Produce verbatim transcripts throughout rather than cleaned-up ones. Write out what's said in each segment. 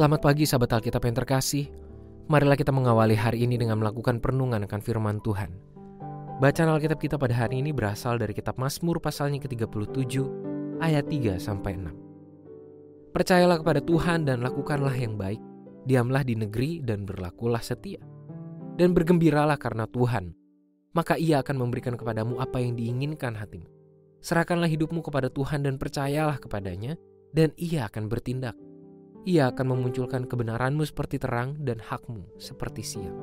Selamat pagi sahabat Alkitab yang terkasih. Marilah kita mengawali hari ini dengan melakukan perenungan akan firman Tuhan. Bacaan Alkitab kita pada hari ini berasal dari kitab Mazmur pasalnya ke tiga puluh tujuh ayat tiga sampai enam. Percayalah kepada Tuhan dan lakukanlah yang baik. Diamlah di negeri dan berlakulah setia. Dan bergembiralah karena Tuhan, maka Ia akan memberikan kepadamu apa yang diinginkan hatimu. Serahkanlah hidupmu kepada Tuhan dan percayalah kepadanya, dan Ia akan bertindak. Ia akan memunculkan kebenaranmu seperti terang dan hakmu seperti siang.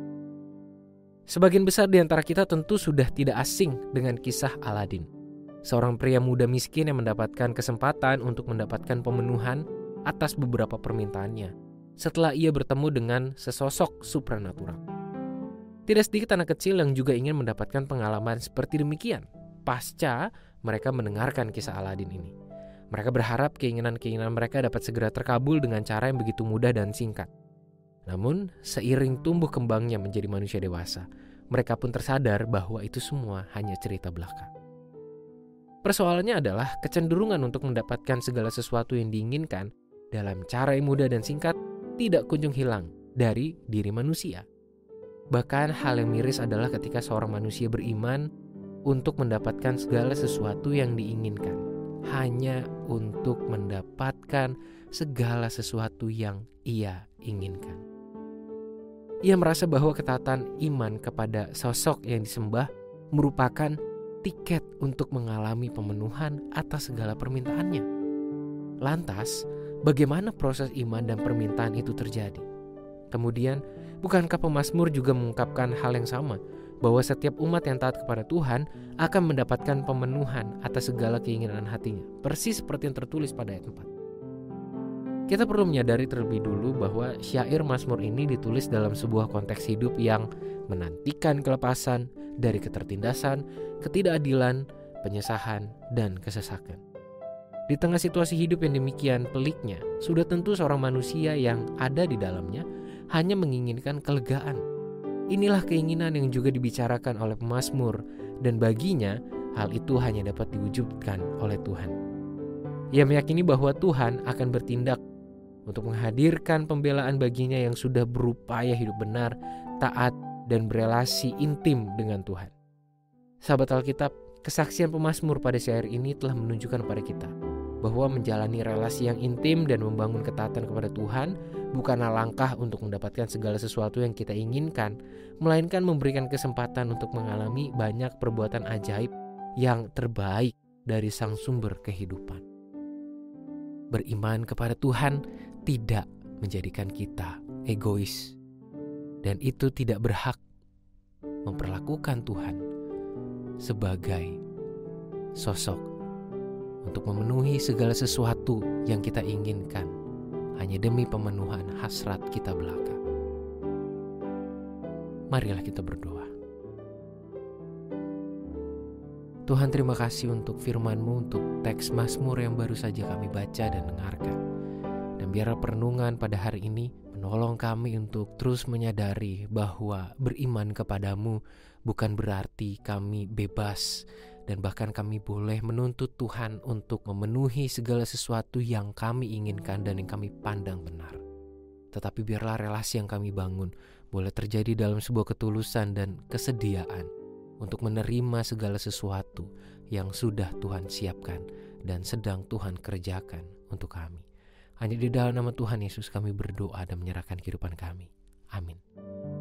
Sebagian besar di antara kita tentu sudah tidak asing dengan kisah Aladin. Seorang pria muda miskin yang mendapatkan kesempatan untuk mendapatkan pemenuhan atas beberapa permintaannya setelah ia bertemu dengan sesosok supranatural. Tidak sedikit anak kecil yang juga ingin mendapatkan pengalaman seperti demikian pasca mereka mendengarkan kisah Aladin ini. Mereka berharap keinginan-keinginan mereka dapat segera terkabul dengan cara yang begitu mudah dan singkat. Namun, seiring tumbuh kembangnya menjadi manusia dewasa, mereka pun tersadar bahwa itu semua hanya cerita belaka. Persoalannya adalah kecenderungan untuk mendapatkan segala sesuatu yang diinginkan dalam cara yang mudah dan singkat tidak kunjung hilang dari diri manusia. Bahkan hal yang miris adalah ketika seorang manusia beriman untuk mendapatkan segala sesuatu yang diinginkan, hanya untuk mendapatkan segala sesuatu yang ia inginkan. Ia merasa bahwa ketaatan iman kepada sosok yang disembah merupakan tiket untuk mengalami pemenuhan atas segala permintaannya. Lantas, bagaimana proses iman dan permintaan itu terjadi? Kemudian, bukankah pemazmur juga mengungkapkan hal yang sama, bahwa setiap umat yang taat kepada Tuhan akan mendapatkan pemenuhan atas segala keinginan hatinya, persis seperti yang tertulis pada ayat empat. Kita perlu menyadari terlebih dulu bahwa syair Mazmur ini ditulis dalam sebuah konteks hidup yang menantikan kelepasan dari ketertindasan, ketidakadilan, penyesahan, dan kesesakan. Di tengah situasi hidup yang demikian peliknya, sudah tentu seorang manusia yang ada di dalamnya hanya menginginkan kelegaan. Inilah keinginan yang juga dibicarakan oleh pemazmur, dan baginya hal itu hanya dapat diwujudkan oleh Tuhan. Ia meyakini bahwa Tuhan akan bertindak untuk menghadirkan pembelaan baginya yang sudah berupaya hidup benar, taat, dan berelasi intim dengan Tuhan. Sahabat Alkitab, kesaksian pemazmur pada syair ini telah menunjukkan pada kita bahwa menjalani relasi yang intim dan membangun ketaatan kepada Tuhan bukanlah langkah untuk mendapatkan segala sesuatu yang kita inginkan, melainkan memberikan kesempatan untuk mengalami banyak perbuatan ajaib yang terbaik dari Sang Sumber kehidupan. Beriman kepada Tuhan tidak menjadikan kita egois, dan itu tidak berhak memperlakukan Tuhan sebagai sosok untuk memenuhi segala sesuatu yang kita inginkan hanya demi pemenuhan hasrat kita belaka. Marilah kita berdoa. Tuhan, terima kasih untuk firman-Mu, untuk teks Mazmur yang baru saja kami baca dan dengarkan. Dan biarlah perenungan pada hari ini menolong kami untuk terus menyadari bahwa beriman kepadamu bukan berarti kami bebas, dan bahkan kami boleh menuntut Tuhan untuk memenuhi segala sesuatu yang kami inginkan dan yang kami pandang benar. Tetapi biarlah relasi yang kami bangun boleh terjadi dalam sebuah ketulusan dan kesediaan untuk menerima segala sesuatu yang sudah Tuhan siapkan dan sedang Tuhan kerjakan untuk kami. Hanya di dalam nama Tuhan Yesus kami berdoa dan menyerahkan kehidupan kami. Amin.